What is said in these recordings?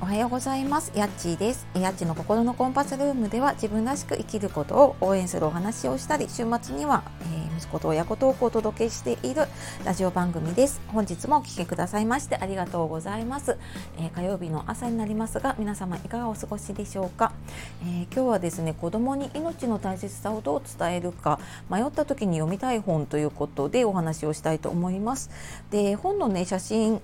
おはようございます。やっちーです。やっちの心のコンパスルームでは自分らしく生きることを応援するお話をしたり、週末には、息子と親子トークをお届けしているラジオ番組です。本日もお聞きくださいましてありがとうございます。火曜日の朝になりますが、皆様いかがお過ごしでしょうか。今日はですね、子供に命の大切さをどう伝えるか迷った時に読みたい本ということでお話をしたいと思います。で、本のね、写真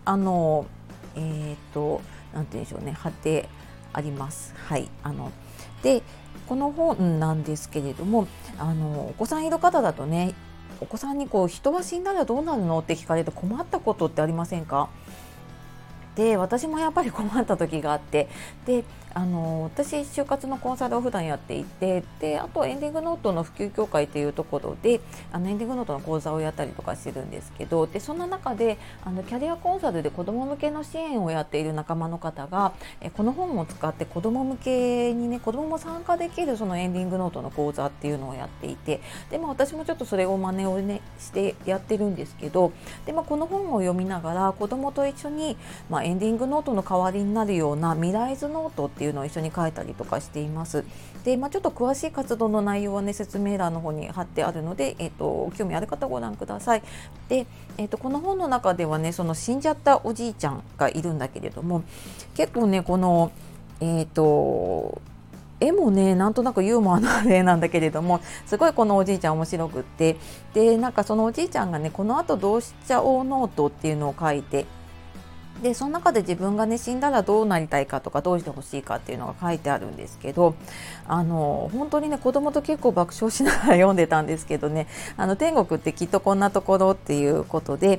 なんて言うんでしょうね、貼ってあります。はい。で、この本なんですけれども、お子さんいる方だとね、お子さんに人は死んだらどうなるのって聞かれて困ったことってありませんか？で、私もやっぱり困った時があって、で、私就活のコンサルを普段やっていて、で、あとエンディングノートの普及協会というところでエンディングノートの講座をやったりとかしてるんですけど、でそんな中でキャリアコンサルで子ども向けの支援をやっている仲間の方がこの本を使って子ども向けにね、子どもも参加できるそのエンディングノートの講座っていうのをやっていて、で、私もちょっとそれを真似をねしてやってるんですけど、で、この本を読みながら子どもと一緒に、エンディングノートの代わりになるような未来図ノートっていうのを一緒に書いたりとかしています。で、ちょっと詳しい活動の内容はね、説明欄の方に貼ってあるので、興味ある方ご覧ください。で、この本の中ではね、その死んじゃったおじいちゃんがいるんだけれども、結構ね、この絵もね、なんとなくユーモアのある絵なんだけれども、すごいこのおじいちゃん面白くって、で、そのおじいちゃんがね、この後どうしちゃおうノートっていうのを書いて、でその中で自分がね死んだらどうなりたいかとかどうしてほしいかっていうのが書いてあるんですけど、本当にね子供と結構爆笑しながら読んでたんですけどね、天国ってきっとこんなところっていうことで、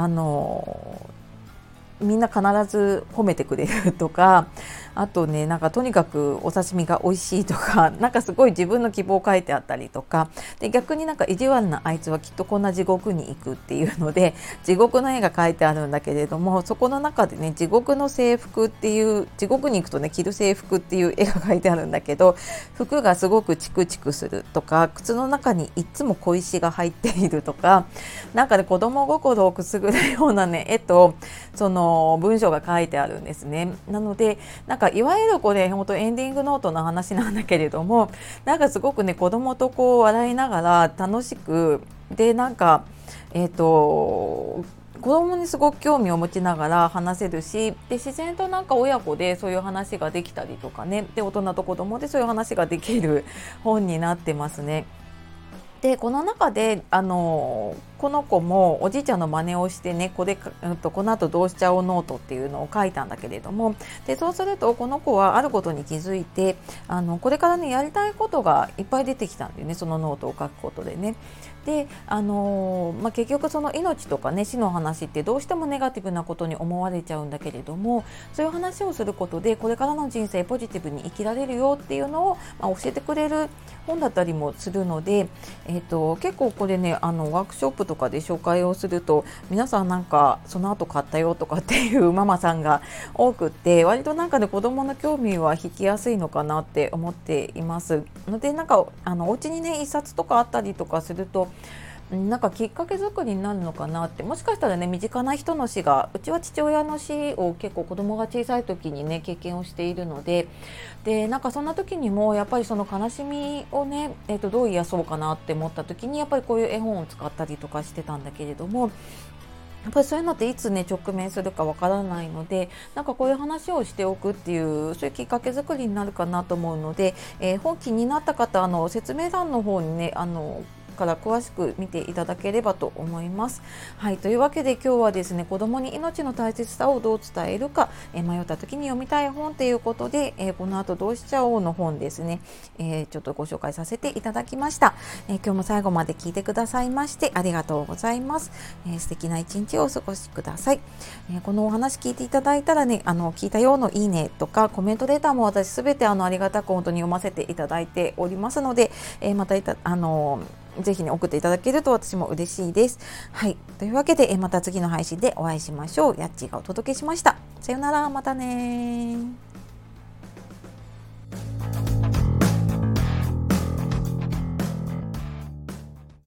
みんな必ず褒めてくれるとか、あとね、とにかくお刺身が美味しいとか、すごい自分の希望を書いてあったりとかで、逆に意地悪なあいつはきっとこんな地獄に行くっていうので地獄の絵が書いてあるんだけれども、そこの中でね、地獄の制服っていう、地獄に行くとね着る制服っていう絵が書いてあるんだけど、服がすごくチクチクするとか、靴の中にいつも小石が入っているとか、子供心をくすぐるようなね絵とその文章が書いてあるんですね。なのでいわゆるこれ本当エンディングノートの話なんだけれども、すごくね子供と笑いながら楽しくで、子供にすごく興味を持ちながら話せるし、で自然と親子でそういう話ができたりとかね、で大人と子供でそういう話ができる本になってますね。でこの中でこの子もおじいちゃんの真似をしてね、この後どうしちゃおうノートっていうのを書いたんだけれども、でそうするとこの子はあることに気づいて、これからねやりたいことがいっぱい出てきたんだよね、そのノートを書くことでね。で、結局その命とかね死の話ってどうしてもネガティブなことに思われちゃうんだけれども、そういう話をすることでこれからの人生ポジティブに生きられるよっていうのを、教えてくれる本だったりもするので、結構これねワークショップとかで紹介をすると、皆さんその後買ったよとかっていうママさんが多くって、割と子供の興味は引きやすいのかなって思っていますので、お家にね一冊とかあったりとかするときっかけ作りになるのかなって。もしかしたらね身近な人の死が、うちは父親の死を結構子供が小さい時にね経験をしているので、そんな時にもやっぱりその悲しみをね、どう癒そうかなって思った時にやっぱりこういう絵本を使ったりとかしてたんだけれども、やっぱりそういうのっていつね直面するかわからないので、こういう話をしておくっていうそういうきっかけ作りになるかなと思うので、本気になった方説明欄の方にねから詳しく見ていただければと思います。はい、というわけで今日はですね、子供に命の大切さをどう伝えるか、迷った時に読みたい本ということで、この後どうしちゃおうの本ですね、ちょっとご紹介させていただきました。今日も最後まで聞いてくださいましてありがとうございます。素敵な一日をお過ごしください。このお話聞いていただいたらね、聞いたようのいいねとかコメントレターも私すべてありがたく本当に読ませていただいておりますので、またぜひね送っていただけると私も嬉しいです。はい、というわけでまた次の配信でお会いしましょう。やっちーがお届けしました。さよなら、またね。